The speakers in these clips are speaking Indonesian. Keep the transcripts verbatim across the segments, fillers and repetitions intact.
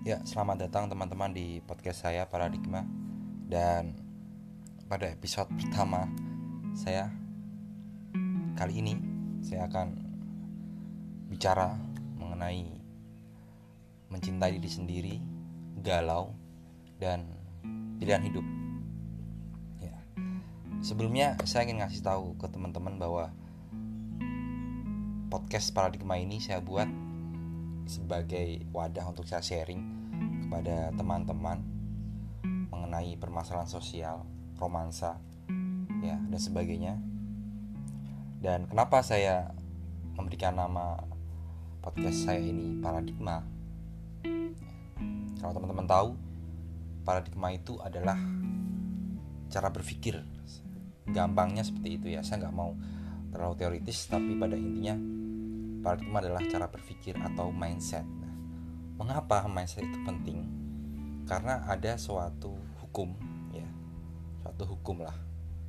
Ya, selamat datang teman-teman di podcast saya Paradigma. Dan pada episode pertama saya kali ini saya akan bicara mengenai mencintai diri sendiri, galau, dan pilihan hidup. Ya. Sebelumnya saya ingin ngasih tahu ke teman-teman bahwa podcast Paradigma ini saya buat sebagai wadah untuk saya sharing kepada teman-teman mengenai permasalahan sosial, romansa, ya, dan sebagainya. Dan kenapa saya memberikan nama podcast saya ini Paradigma? Kalau teman-teman tahu, paradigma itu adalah cara berpikir. Gampangnya seperti itu ya. Saya nggak mau terlalu teoritis, tapi pada intinya paradigma adalah cara berpikir atau mindset. Nah, mengapa mindset itu penting? Karena ada suatu hukum, ya, suatu hukum lah,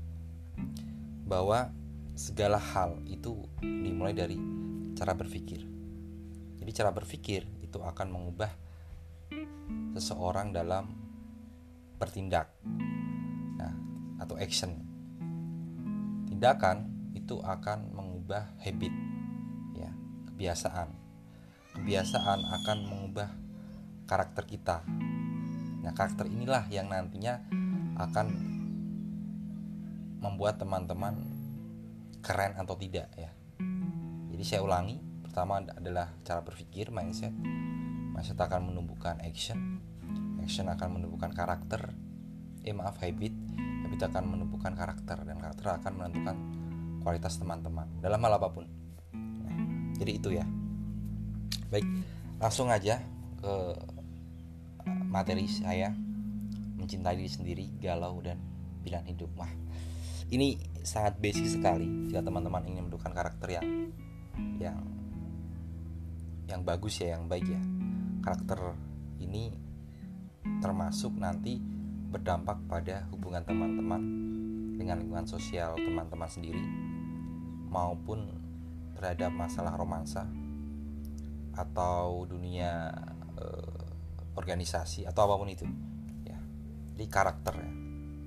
bahwa segala hal itu dimulai dari cara berpikir. Jadi cara berpikir itu akan mengubah seseorang dalam bertindak, nah, atau action. Tindakan itu akan mengubah habit, ya, kebiasaan. Kebiasaan akan mengubah karakter kita. Nah, karakter inilah yang nantinya akan membuat teman-teman keren atau tidak, ya. Jadi saya ulangi, pertama adalah cara berpikir, mindset. Mindset akan menumbuhkan action. Action akan menumbuhkan karakter. Eh maaf, habit. Habit akan menumbuhkan karakter, dan karakter akan menentukan kualitas teman-teman dalam hal apapun. Nah, jadi itu ya. Baik, langsung aja ke materi saya, mencintai diri sendiri, galau, dan pilihan hidup. Wah, ini sangat basic sekali jika teman-teman ingin menentukan karakter yang yang yang bagus ya, yang baik ya. Karakter ini termasuk nanti berdampak pada hubungan teman-teman dengan lingkungan sosial teman-teman sendiri, maupun terhadap masalah romansa atau dunia eh, organisasi atau apapun itu, ya. Jadi karakter, ya.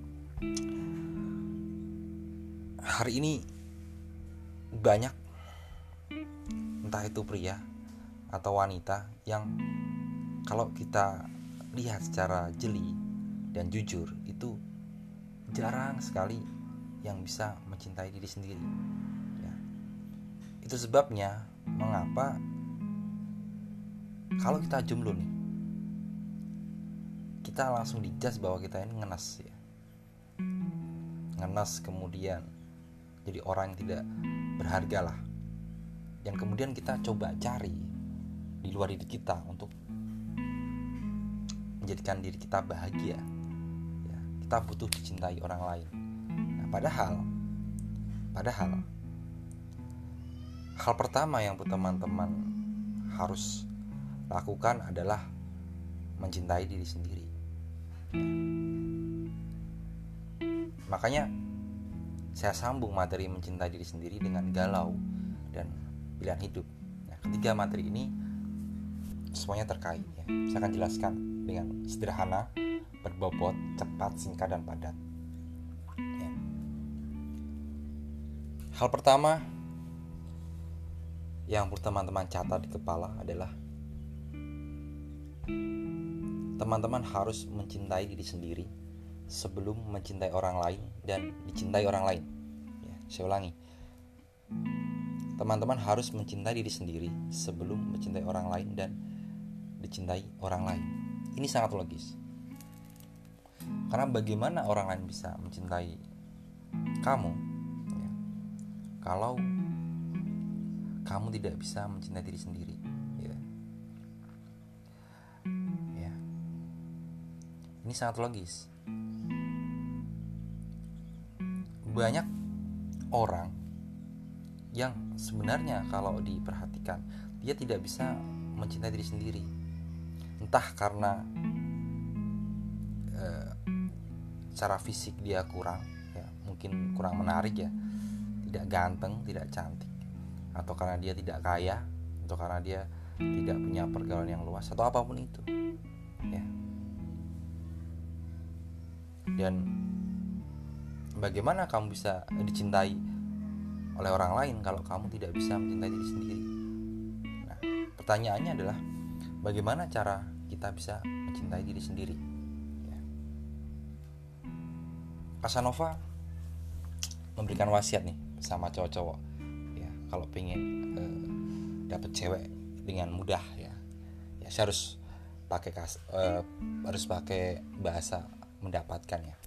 Hari ini banyak, entah itu pria atau wanita, yang kalau kita lihat secara jeli dan jujur, itu jarang sekali yang bisa mencintai diri sendiri, ya. Itu sebabnya mengapa kalau kita jomblo nih, kita langsung dijudge bahwa kita ini ngenes, ya. Ngenes, kemudian jadi orang yang tidak berharga lah. Dan kemudian kita coba cari di luar diri kita untuk menjadikan diri kita bahagia, ya. Kita butuh dicintai orang lain. Nah, padahal Padahal hal pertama yang teman-teman harus lakukan adalah mencintai diri sendiri. Makanya saya sambung materi mencintai diri sendiri dengan galau dan pilihan hidup. Nah, ketiga materi ini semuanya terkait, ya. Saya akan jelaskan dengan sederhana, berbobot, cepat, singkat, dan padat, ya. Hal pertama yang perlu teman-teman catat di kepala adalah teman-teman harus mencintai diri sendiri sebelum mencintai orang lain dan dicintai orang lain, ya. Saya ulangi, teman-teman harus mencintai diri sendiri sebelum mencintai orang lain dan dicintai orang lain. Ini sangat logis, karena bagaimana orang lain bisa mencintai kamu, ya, kalau kamu tidak bisa mencintai diri sendiri, ya. Ya. Ini sangat logis. Banyak orang yang sebenarnya kalau diperhatikan, dia tidak bisa mencintai diri sendiri. Entah karena eh, secara fisik dia kurang, ya, mungkin kurang menarik, ya, tidak ganteng, tidak cantik, atau karena dia tidak kaya, atau karena dia tidak punya pergaulan yang luas, atau apapun itu. ya. Dan bagaimana kamu bisa dicintai oleh orang lain kalau kamu tidak bisa mencintai diri sendiri? Nah, pertanyaannya adalah bagaimana cara kita bisa mencintai diri sendiri? Ya. Casanova memberikan wasiat nih sama cowok-cowok, ya, kalau pengen eh, dapet cewek dengan mudah, ya, ya saya harus pakai kas, eh, harus pakai bahasa mendapatkan, ya.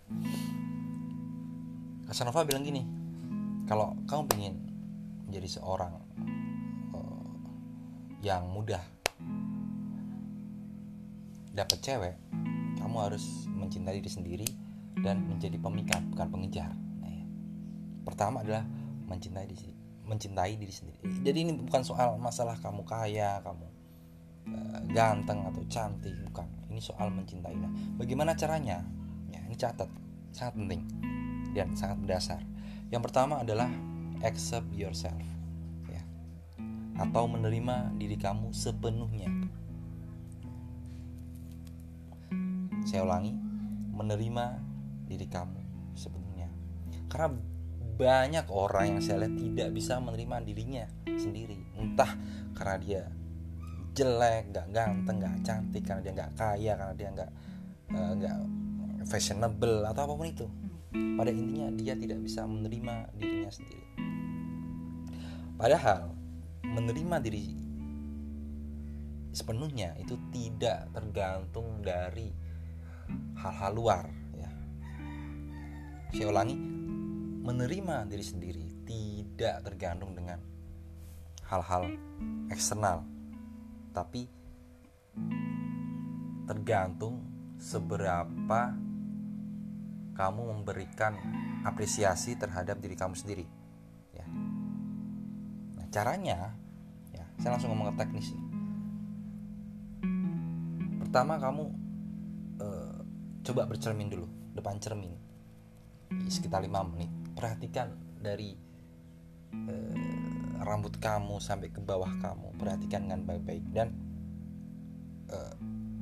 Casanova bilang gini, kalau kamu pengen menjadi seorang uh, yang mudah dapat cewek, kamu harus mencintai diri sendiri dan menjadi pemikat, bukan pengejar. Nah, ya. Pertama adalah mencintai diri, mencintai diri sendiri. Jadi ini bukan soal masalah kamu kaya, kamu uh, ganteng atau cantik, bukan. Ini soal mencintai. Nah, bagaimana caranya? Ya, ini catat, sangat penting dan sangat mendasar. Yang pertama adalah accept yourself, ya, atau menerima diri kamu sepenuhnya. Saya ulangi, menerima diri kamu sepenuhnya. Karena banyak orang yang saya lihat tidak bisa menerima dirinya sendiri, entah karena dia jelek, gak ganteng, gak cantik, karena dia gak kaya, karena dia gak, uh, gak fashionable atau apapun itu. Pada intinya dia tidak bisa menerima dirinya sendiri. Padahal menerima diri sepenuhnya itu tidak tergantung dari hal-hal luar, ya. Saya ulangi, menerima diri sendiri tidak tergantung dengan hal-hal eksternal, tapi tergantung seberapa kamu memberikan apresiasi terhadap diri kamu sendiri, ya. Nah, caranya, ya, saya langsung ngomong ke teknis nih. Pertama, kamu eh, coba bercermin dulu depan cermin sekitar lima menit. Perhatikan dari eh, rambut kamu sampai ke bawah kamu, perhatikan dengan baik-baik dan eh,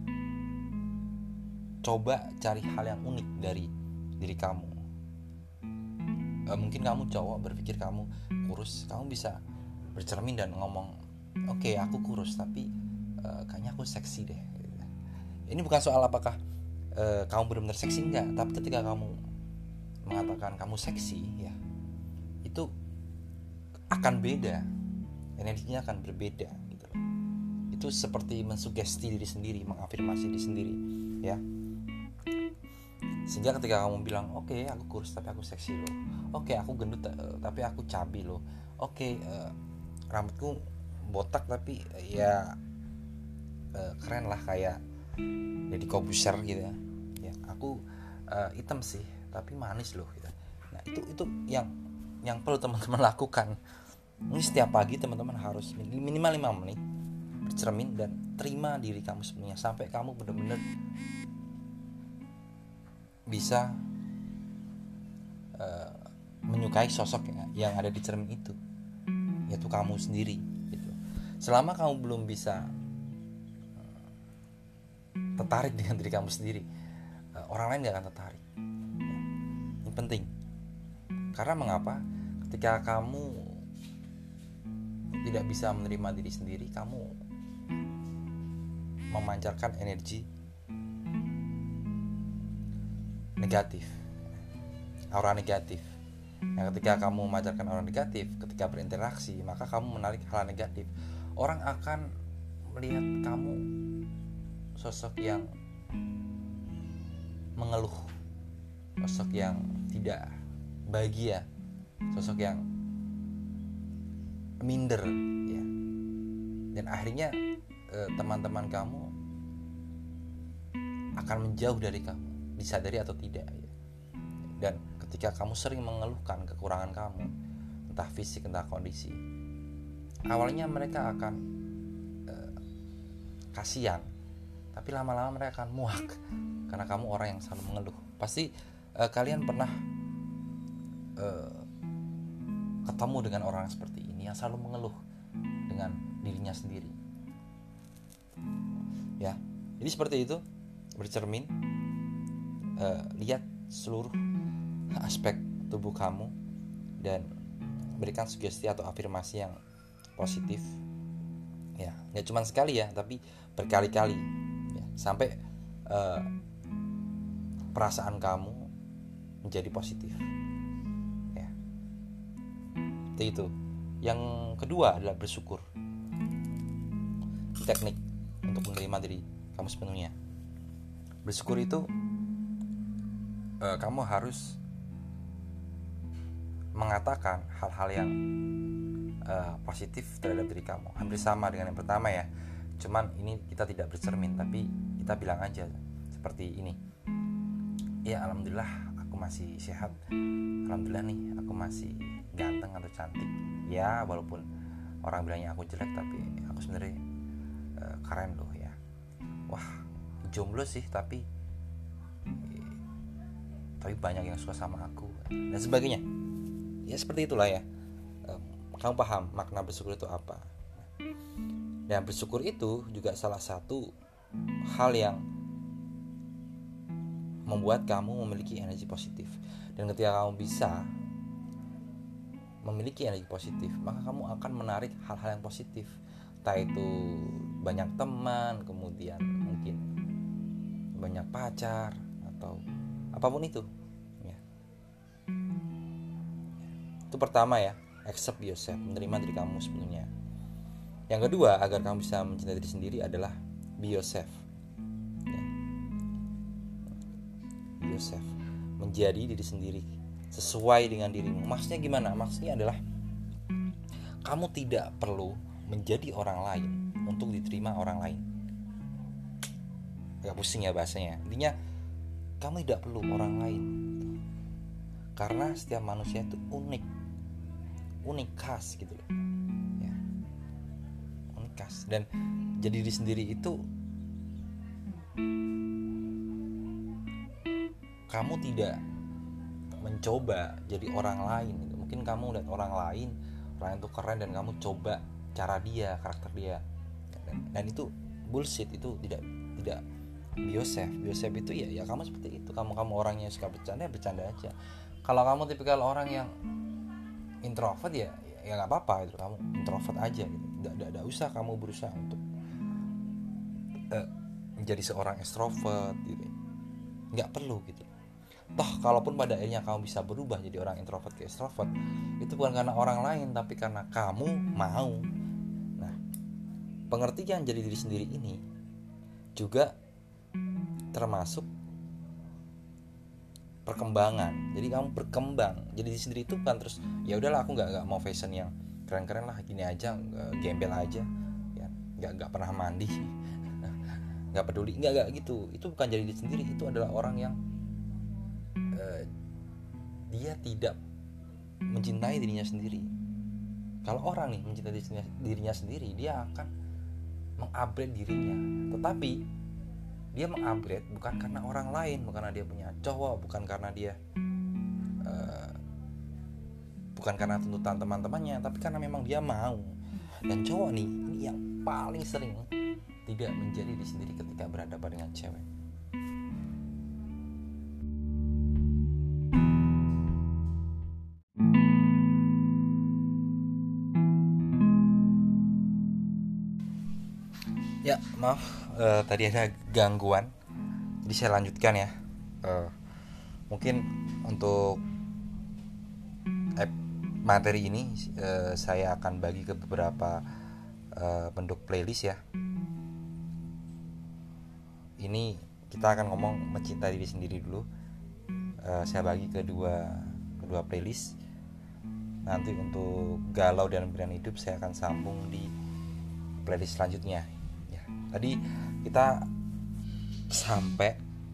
coba cari hal yang unik dari diri kamu. E, mungkin kamu cowok berpikir kamu kurus, kamu bisa bercermin dan ngomong, oke, okay, aku kurus tapi e, kayaknya aku seksi deh. Ini bukan soal apakah e, kamu benar-benar seksi, enggak, tapi ketika kamu mengatakan kamu seksi, ya, itu akan beda, energinya akan berbeda, gitu. Itu seperti mensugesti diri sendiri, mengafirmasi diri sendiri, ya. Sehingga ketika kamu bilang, oke, okay, aku kurus tapi aku seksi loh, oke, okay, aku gendut uh, tapi aku cabi loh, oke, okay, uh, rambutku botak tapi uh, ya uh, keren lah kayak Deddy Corbuzier gitu, ya, ya aku uh, hitam sih tapi manis loh, gitu. Nah, itu itu yang yang perlu teman-teman lakukan. Ini setiap pagi teman-teman harus minimal lima menit bercermin dan terima diri kamu sebenarnya sampai kamu benar-benar bisa uh, menyukai sosok yang ada di cermin itu, yaitu kamu sendiri, gitu. Selama kamu belum bisa uh, tertarik dengan diri kamu sendiri, uh, orang lain gak akan tertarik, ya. Ini penting. Karena mengapa? Ketika kamu tidak bisa menerima diri sendiri, kamu memancarkan energi negatif, aura negatif. Nah, ketika kamu memancarkan aura negatif, ketika berinteraksi, maka kamu menarik hal negatif. Orang akan melihat kamu sosok yang mengeluh, sosok yang tidak bahagia, sosok yang minder, ya. Dan akhirnya eh, teman-teman kamu akan menjauh dari kamu, disadari atau tidak, ya. Dan ketika kamu sering mengeluhkan kekurangan kamu, entah fisik entah kondisi, awalnya mereka akan eh, kasihan, tapi lama-lama mereka akan muak karena kamu orang yang selalu mengeluh. Pasti eh, kalian pernah eh, ketemu dengan orang seperti ini yang selalu mengeluh dengan dirinya sendiri, ya. Jadi seperti itu. bercermin, uh, lihat seluruh aspek tubuh kamu dan berikan sugesti atau afirmasi yang positif. Ya, nggak cuma sekali ya, tapi berkali-kali ya, sampai uh, perasaan kamu menjadi positif. Ya, itu itu. Yang kedua adalah bersyukur. Teknik untuk menerima diri kamu sepenuhnya. Bersyukur itu uh, kamu harus mengatakan hal-hal yang uh, positif terhadap diri kamu. Hampir sama dengan yang pertama ya. Cuman ini kita tidak bercermin, tapi kita bilang aja seperti ini. Ya, alhamdulillah aku masih sehat. Alhamdulillah nih aku masih ganteng atau cantik. Ya, walaupun orang bilangnya aku jelek, tapi aku sebenarnya uh, keren loh ya. Wah, jomblo sih, tapi tapi banyak yang suka sama aku dan sebagainya. Ya seperti itulah ya. Kamu paham makna bersyukur itu apa? Dan bersyukur itu juga salah satu hal yang membuat kamu memiliki energi positif. Dan ketika kamu bisa memiliki energi positif, maka kamu akan menarik hal-hal yang positif. Entah itu banyak teman, kemudian mungkin banyak pacar, atau apapun itu ya. Itu pertama ya, accept yourself, menerima diri kamu sepenuhnya. Yang kedua, agar kamu bisa mencintai diri sendiri adalah be yourself ya. Be yourself, menjadi diri sendiri sesuai dengan dirimu. Maksudnya gimana? Maksudnya adalah kamu tidak perlu menjadi orang lain untuk diterima orang lain. Agak pusing ya bahasanya. Intinya kamu tidak perlu orang lain, karena setiap manusia itu unik, unik khas gitu loh ya. Unik khas. Dan jadi diri sendiri itu kamu tidak mencoba jadi orang lain gitu. Mungkin kamu lihat orang lain, orang itu keren dan kamu coba cara dia, karakter dia, dan, dan itu bullshit. Itu tidak tidak be yourself. Be yourself itu ya ya kamu seperti itu. Kamu kamu orangnya suka bercanda, ya bercanda aja. Kalau kamu tipikal orang yang introvert ya ya nggak apa-apa gitu, kamu introvert aja gitu. Nggak, nggak, nggak usah kamu berusaha untuk uh, menjadi seorang extrovert gitu. Nggak perlu gitu. Toh kalaupun pada akhirnya kamu bisa berubah jadi orang introvert ke extrovert, itu bukan karena orang lain, tapi karena kamu mau. Nah, pengertian jadi diri sendiri ini juga termasuk perkembangan. Jadi kamu berkembang. Jadi diri sendiri itu kan terus ya udahlah aku nggak nggak mau fashion yang keren-keren lah, gini aja, gembel aja, ya nggak nggak pernah mandi, nggak peduli, nggak nggak gitu. Itu bukan jadi diri sendiri. Itu adalah orang yang uh, dia tidak mencintai dirinya sendiri. Kalau orang nih mencintai dirinya, dirinya sendiri, dia akan mengupgrade dirinya. Tetapi dia mengupgrade bukan karena orang lain, bukan karena dia punya cowok, bukan karena dia uh, bukan karena tuntutan teman-temannya, tapi karena memang dia mau. Dan cowok nih, ini yang paling sering tidak menjadi diri sendiri ketika berhadapan dengan cewek. Ya maaf, uh, tadi ada gangguan, jadi saya lanjutkan ya. uh, Mungkin untuk materi ini uh, saya akan bagi ke beberapa uh, bentuk playlist ya. Ini kita akan ngomong mencintai diri sendiri dulu. uh, Saya bagi ke dua, kedua playlist. Nanti untuk galau dan pilihan hidup saya akan sambung di playlist selanjutnya. Tadi kita sampai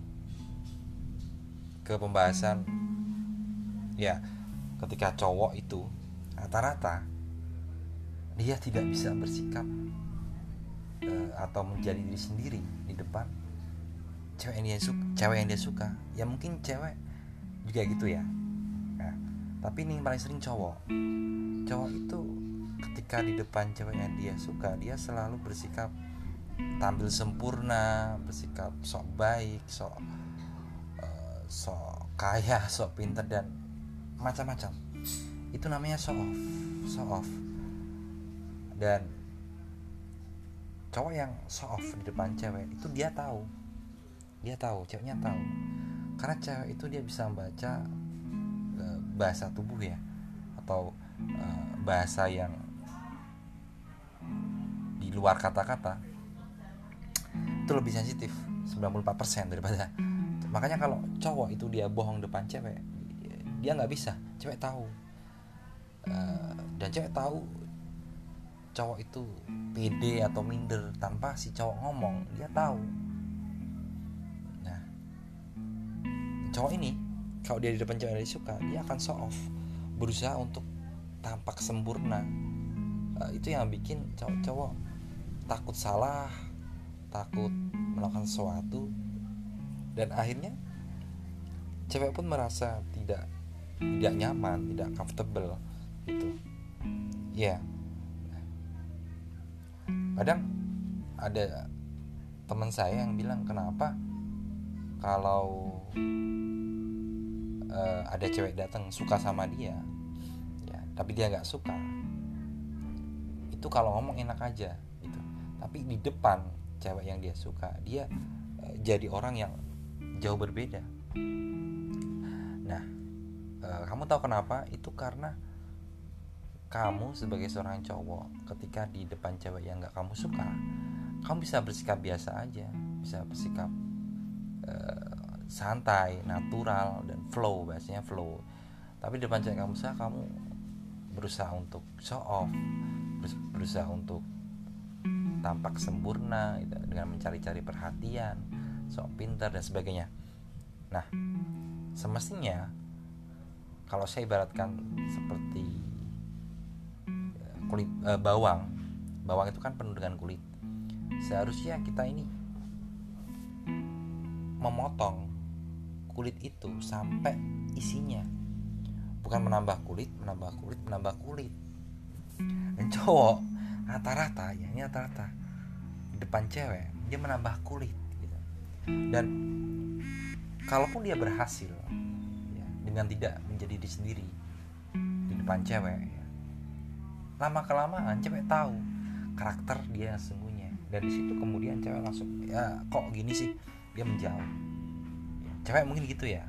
ke pembahasan ya, ketika cowok itu rata-rata dia tidak bisa bersikap uh, atau menjadi diri sendiri di depan cewek yang dia suka, cewek yang dia suka. Ya mungkin cewek juga gitu ya. Nah, tapi ini yang paling sering cowok. Cowok itu ketika di depan cewek yang dia suka, dia selalu bersikap tampil sempurna, bersikap sok baik, sok uh, sok kaya, sok pintar dan macam-macam. Itu namanya show off, show off. Dan cowok yang show off di depan cewek itu dia tahu, dia tahu, ceweknya tahu. Karena cewek itu dia bisa membaca uh, bahasa tubuh ya, atau uh, bahasa yang di luar kata-kata itu lebih sensitif sembilan puluh empat persen daripada. Makanya kalau cowok itu dia bohong depan cewek, dia nggak bisa, cewek tahu. Uh, dan cewek tahu cowok itu pede atau minder tanpa si cowok ngomong, dia tahu. Nah, cowok ini kalau dia di depan cewek yang dia suka, dia akan show off, berusaha untuk tampak sempurna. Uh, itu yang bikin cowok-cowok takut salah, takut melakukan sesuatu, dan akhirnya cewek pun merasa tidak tidak nyaman, tidak comfortable gitu. Ya. Yeah. Kadang ada teman saya yang bilang, kenapa kalau uh, ada cewek datang suka sama dia, ya, tapi dia nggak suka, itu kalau ngomong enak aja gitu, tapi di depan cewek yang dia suka, dia uh, jadi orang yang jauh berbeda. Nah, uh, kamu tahu kenapa? Itu karena kamu sebagai seorang cowok, ketika di depan cewek yang gak kamu suka, kamu bisa bersikap biasa aja, bisa bersikap uh, santai, natural, dan flow, bahasanya flow. Tapi di depan cewek kamu suka, kamu berusaha untuk show off, berusaha untuk tampak sempurna gitu, dengan mencari-cari perhatian, sok pintar dan sebagainya. Nah, semestinya kalau saya ibaratkan seperti kulit eh, bawang, bawang itu kan penuh dengan kulit. Seharusnya kita ini memotong kulit itu sampai isinya, bukan menambah kulit, menambah kulit, menambah kulit. Dan cowok rata-rata, ya ini rata-rata di depan cewek dia menambah kulit gitu. Dan kalaupun dia berhasil ya, dengan tidak menjadi diri sendiri di depan cewek ya, lama kelamaan cewek tahu karakter dia yang sesungguhnya, dan di situ kemudian cewek langsung, ya kok gini sih, dia menjauh. Ya, cewek mungkin gitu ya.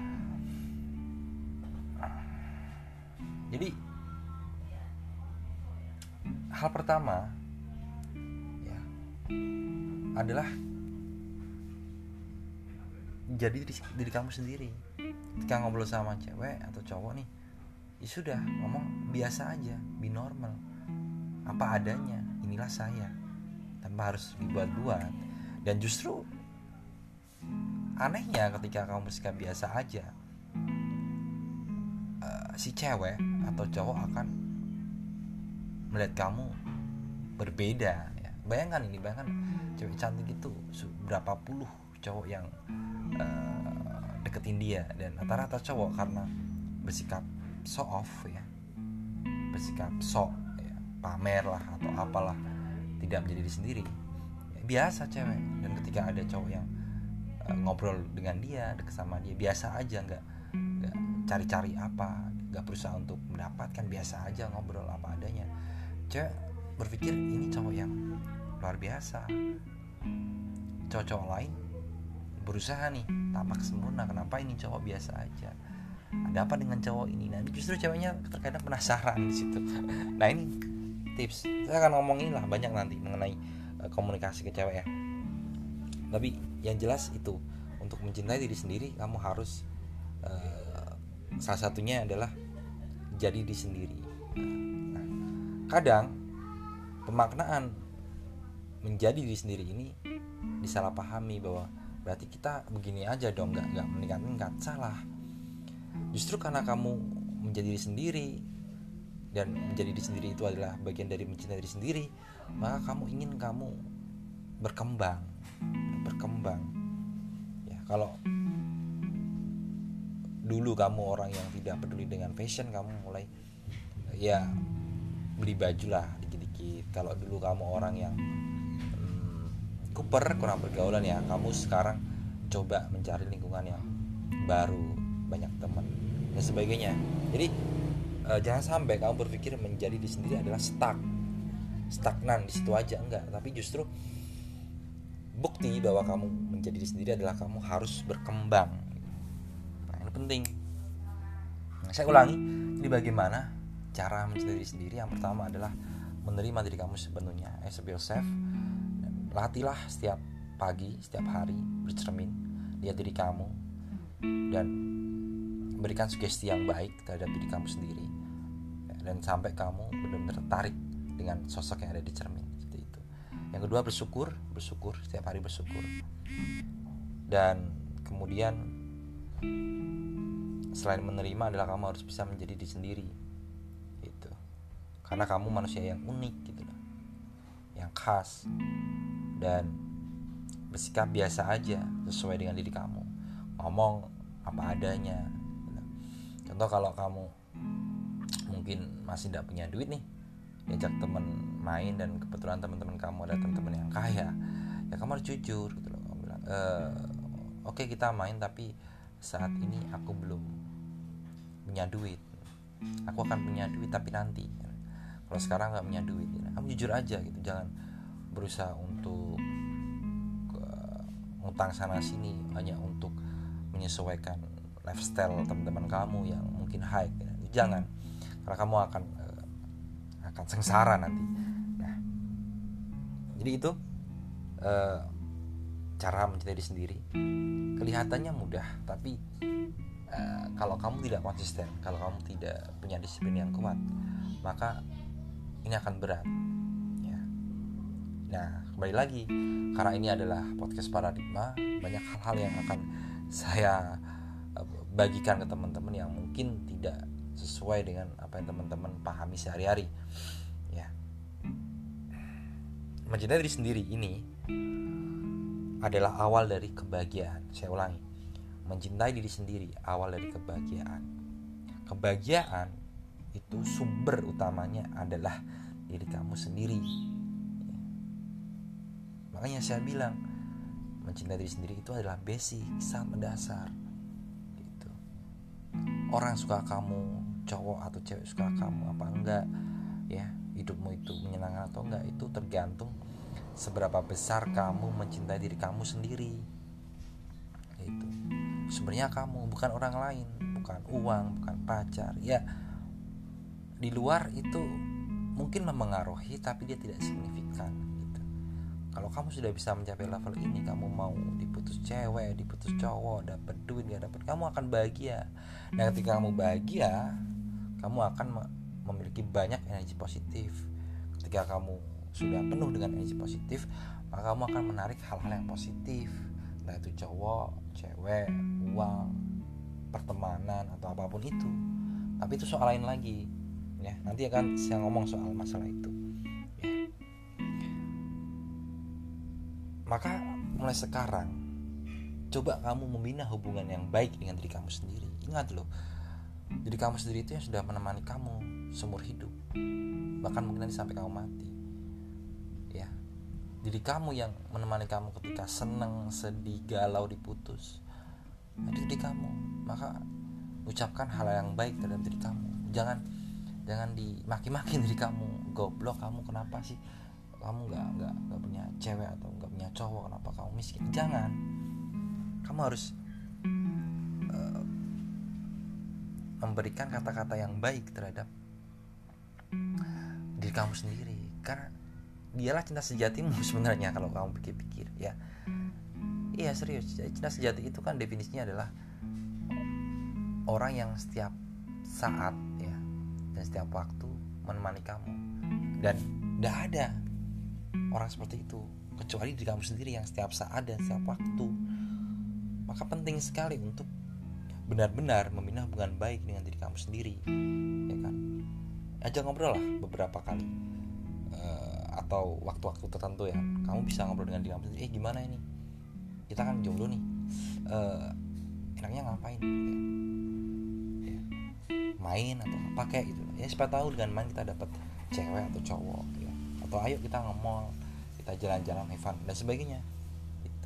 Jadi hal pertama ya adalah jadi diri, diri kamu sendiri. Ketika ngobrol sama cewek atau cowok nih, ya sudah, ngomong biasa aja, be normal, apa adanya, inilah saya, tanpa harus dibuat-buat. Dan justru anehnya ketika kamu bersikap biasa aja, uh, si cewek atau cowok akan melihat kamu berbeda ya. Bayangkan ini, bayangkan cewek cantik itu berapa puluh cowok yang uh, deketin dia, dan rata-rata cowok karena bersikap show off ya, bersikap sok ya, pamer lah atau apalah, tidak menjadi diri sendiri ya, biasa cewek. Dan ketika ada cowok yang uh, ngobrol dengan dia, deket sama dia, biasa aja, nggak nggak cari-cari apa, nggak berusaha untuk mendapatkan, biasa aja ngobrol apa adanya, cewek berpikir ini cowok yang luar biasa. Cowok-cowok lain berusaha nih tampak sempurna, kenapa ini cowok biasa aja, ada apa dengan cowok ini? Nah, justru ceweknya terkadang penasaran di situ. Nah, ini tips. Saya akan ngomongin lah banyak nanti mengenai uh, komunikasi ke cewek ya. Tapi yang jelas itu, untuk mencintai diri sendiri kamu harus uh, salah satunya adalah jadi diri sendiri. Nah, kadang pemaknaan menjadi diri sendiri ini disalahpahami bahwa berarti kita begini aja dong, nggak nggak meningkat-meningkat. Salah. Justru karena kamu menjadi diri sendiri, dan menjadi diri sendiri itu adalah bagian dari mencintai diri sendiri, maka kamu ingin kamu berkembang, berkembang. Ya, kalau dulu kamu orang yang tidak peduli dengan fashion, kamu mulai ya beli baju lah dikit-dikit. Kalau dulu kamu orang yang hmm, kuper, kurang pergaulan, ya kamu sekarang coba mencari lingkungan yang baru, banyak teman dan sebagainya. Jadi eh, jangan sampai kamu berpikir menjadi diri sendiri adalah stuck, stagnan di situ aja, enggak. Tapi justru bukti bahwa kamu menjadi diri sendiri adalah kamu harus berkembang. Nah, ini penting. Nah, saya ulangi, ini bagaimana cara mencintai diri sendiri. Yang pertama adalah menerima diri kamu sepenuhnya, accept yourself. Latihlah setiap pagi, setiap hari bercermin, lihat diri kamu dan berikan sugesti yang baik terhadap diri kamu sendiri, dan sampai kamu benar-benar tertarik dengan sosok yang ada di cermin, seperti itu. Yang kedua, bersyukur, bersyukur setiap hari, bersyukur. Dan kemudian selain menerima adalah kamu harus bisa menjadi diri sendiri, gitu. Karena kamu manusia yang unik, gitu loh, yang khas, dan bersikap biasa aja sesuai dengan diri kamu, ngomong apa adanya. Contoh, kalau kamu mungkin masih tidak punya duit nih, diajak teman main dan kebetulan teman-teman kamu ada teman-teman yang kaya, ya kamu harus jujur gitu loh. Kamu bilang, e, oke okay, kita main, tapi saat ini aku belum punya duit, aku akan punya duit tapi nanti, kalau sekarang nggak punya duit. Ya. Kamu jujur aja gitu, jangan berusaha untuk ngutang sana sini hanya untuk menyesuaikan lifestyle teman-teman kamu yang mungkin high, ya. Jangan, karena kamu akan uh, akan sengsara nanti. Nah, jadi itu uh, cara mencintai diri sendiri. Kelihatannya mudah, tapi uh, kalau kamu tidak konsisten, kalau kamu tidak punya disiplin yang kuat, maka ini akan berat. Ya. Nah, kembali lagi, karena ini adalah podcast paradigma, banyak hal-hal yang akan saya bagikan ke teman-teman yang mungkin tidak sesuai dengan apa yang teman-teman pahami sehari-hari. Ya, mencintai diri sendiri ini adalah awal dari kebahagiaan. Saya ulangi, mencintai diri sendiri awal dari kebahagiaan. Kebahagiaan itu sumber utamanya adalah diri kamu sendiri. Ya. Makanya saya bilang, mencintai diri sendiri itu adalah basic, sangat mendasar. Orang suka kamu, cowok atau cewek suka kamu apa enggak, ya, hidupmu itu menyenangkan atau enggak, itu tergantung seberapa besar kamu mencintai diri kamu sendiri. Itu sebenarnya kamu, bukan orang lain, bukan uang, bukan pacar. Ya, di luar itu mungkin mempengaruhi, tapi dia tidak signifikan. Gitu. Kalau kamu sudah bisa mencapai level ini, kamu mau diputus cewek, diputus cowok, dapat duit, gak dapat, kamu akan bahagia. Nah, ketika kamu bahagia, kamu akan memiliki banyak energi positif. Ketika kamu sudah penuh dengan energi positif, maka kamu akan menarik hal-hal yang positif, entah itu cowok, cewek, uang, pertemanan, atau apapun itu. Tapi itu soal lain lagi, ya. Nanti akan saya ngomong soal masalah itu, ya. Maka mulai sekarang, coba kamu membina hubungan yang baik dengan diri kamu sendiri. Ingat loh, diri kamu sendiri itu yang sudah menemani kamu seumur hidup, bahkan mungkin nanti sampai kamu mati. Ya, diri kamu yang menemani kamu ketika senang, sedih, galau, diputus. Nah, itu diri kamu. Maka ucapkan hal yang baik terhadap diri kamu. Jangan jangan dimaki-maki diri kamu. Goblok kamu, kenapa sih kamu nggak nggak nggak punya cewek atau nggak punya cowok, kenapa kamu miskin? Jangan. Kamu harus uh, memberikan kata-kata yang baik terhadap diri kamu sendiri, karena dialah cinta sejatimu sebenarnya kalau kamu pikir-pikir, ya. Iya, serius. Cinta sejati itu kan definisinya adalah orang yang setiap saat, ya, dan setiap waktu menemani kamu. Dan tidak ada orang seperti itu kecuali diri kamu sendiri yang setiap saat dan setiap waktu. Maka penting sekali untuk benar-benar membina hubungan baik dengan diri kamu sendiri, ya kan? Ajak ngobrol lah beberapa kali, uh, atau waktu-waktu tertentu, ya. Kamu bisa ngobrol dengan diri kamu sendiri. Eh gimana ini? Kita kan jomblo nih, uh, enaknya ngapain? Ya. Ya. Main atau apa kayak gitu. Ya, siapa tahu dengan main kita dapat cewek atau cowok, ya. Atau ayo kita nge-mall, kita jalan-jalan, have fun dan sebagainya gitu.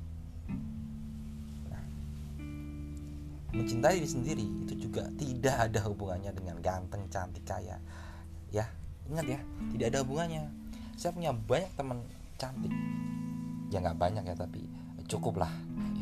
Nah, mencintai diri sendiri itu juga tidak ada hubungannya dengan ganteng, cantik, kaya. Ya, ingat ya, tidak ada hubungannya. Saya punya banyak teman cantik, ya nggak banyak ya, tapi cukup lah.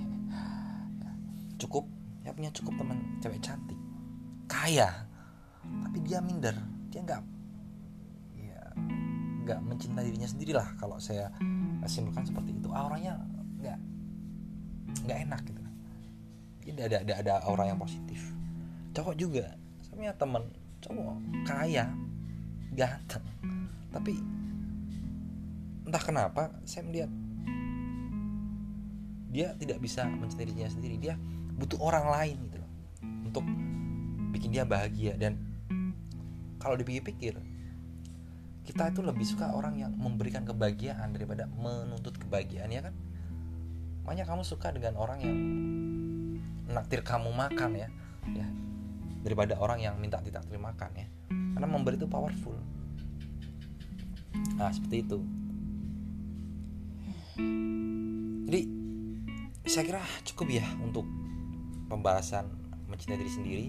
Cukup, saya punya cukup teman cewek cantik, kaya, tapi dia minder, dia nggak, ya nggak mencintai dirinya sendiri lah. Kalau saya simpulkan seperti itu, auranya nggak nggak enak gitu. Jadi ada ada ada aura yang positif. Cowok juga, saya punya teman cowok kaya, ganteng, tapi entah kenapa saya melihat dia tidak bisa mencintai dirinya sendiri. Dia butuh orang lain gitu loh untuk bikin dia bahagia. Dan kalau dipikir-pikir, kita itu lebih suka orang yang memberikan kebahagiaan daripada menuntut kebahagiaan, ya kan? Makanya kamu suka dengan orang yang naktir kamu makan ya, ya daripada orang yang minta ditakdir makan ya. Karena memberi itu powerful. Nah, seperti itu. Jadi saya kira cukup ya untuk pembahasan mencintai diri sendiri.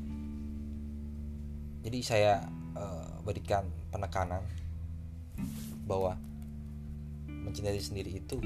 Jadi saya uh, berikan penekanan bahwa mencintai diri sendiri itu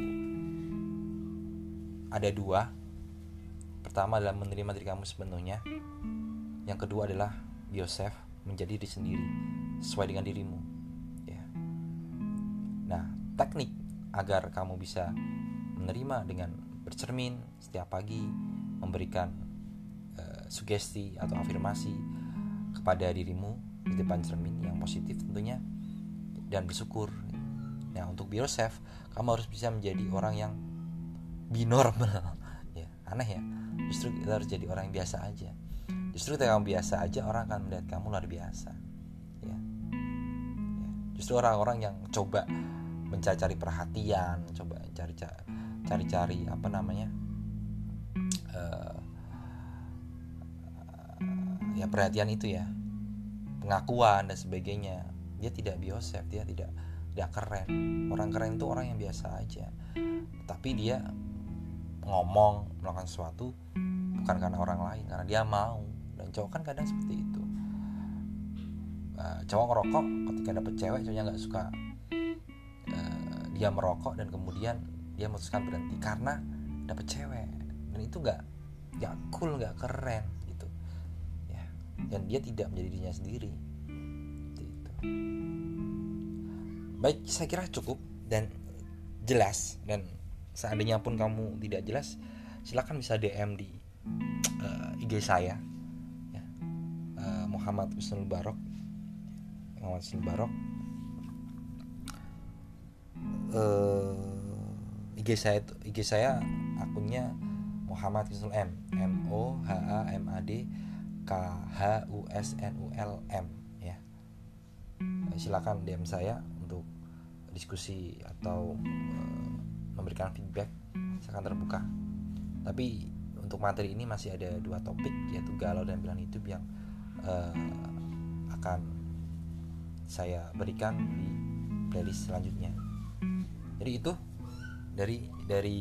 ada dua. Pertama adalah menerima diri kamu sepenuhnya. Yang kedua adalah be yourself, menjadi diri sendiri sesuai dengan dirimu ya. Nah, teknik agar kamu bisa menerima dengan bercermin setiap pagi, memberikan uh, sugesti atau afirmasi kepada dirimu di depan cermin yang positif tentunya, dan bersyukur. Nah, untuk be yourself, kamu harus bisa menjadi orang yang be normal ya, aneh ya. Justru kita harus jadi orang yang biasa aja. Justru ketika kamu biasa aja, orang akan melihat kamu luar biasa ya. Ya. Justru orang-orang yang coba mencari-cari perhatian, coba cari-cari apa namanya uh, ya perhatian itu ya, pengakuan dan sebagainya, dia tidak be yourself, dia tidak tidak keren. Orang keren itu orang yang biasa aja, tapi dia ngomong melakukan sesuatu bukan karena orang lain, karena dia mau. Dan cowok kan kadang seperti itu. Uh, cowok ngerokok ketika dapet cewek, cowoknya nggak suka. Uh, dia merokok dan kemudian dia memutuskan berhenti karena dapet cewek, dan itu nggak nggak cool, nggak keren gitu ya. Dan dia tidak menjadi dirinya sendiri gitu. Baik, saya kira cukup dan jelas. Dan seandainya pun kamu tidak jelas, silakan bisa D M di uh, I G saya ya, uh, Muhammad Husnul Barok. Muhammad Husnul Barok. Uh, I G saya itu, I G saya akunnya Muhammad Husnul M, M O H A M A D K H U S N U L M ya. Silakan D M saya untuk diskusi atau uh, memberikan feedback. Saya akan terbuka. Tapi untuk materi ini masih ada dua topik, yaitu galau dan pilihan hidup, yang uh, akan saya berikan di playlist selanjutnya. Jadi itu dari dari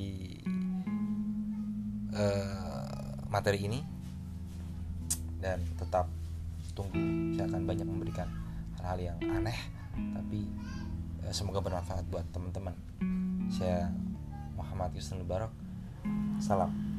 uh, materi ini, dan tetap tunggu, saya akan banyak memberikan hal-hal yang aneh, tapi uh, semoga bermanfaat buat teman-teman. Saya Muhammad Husnul Barok. Salam.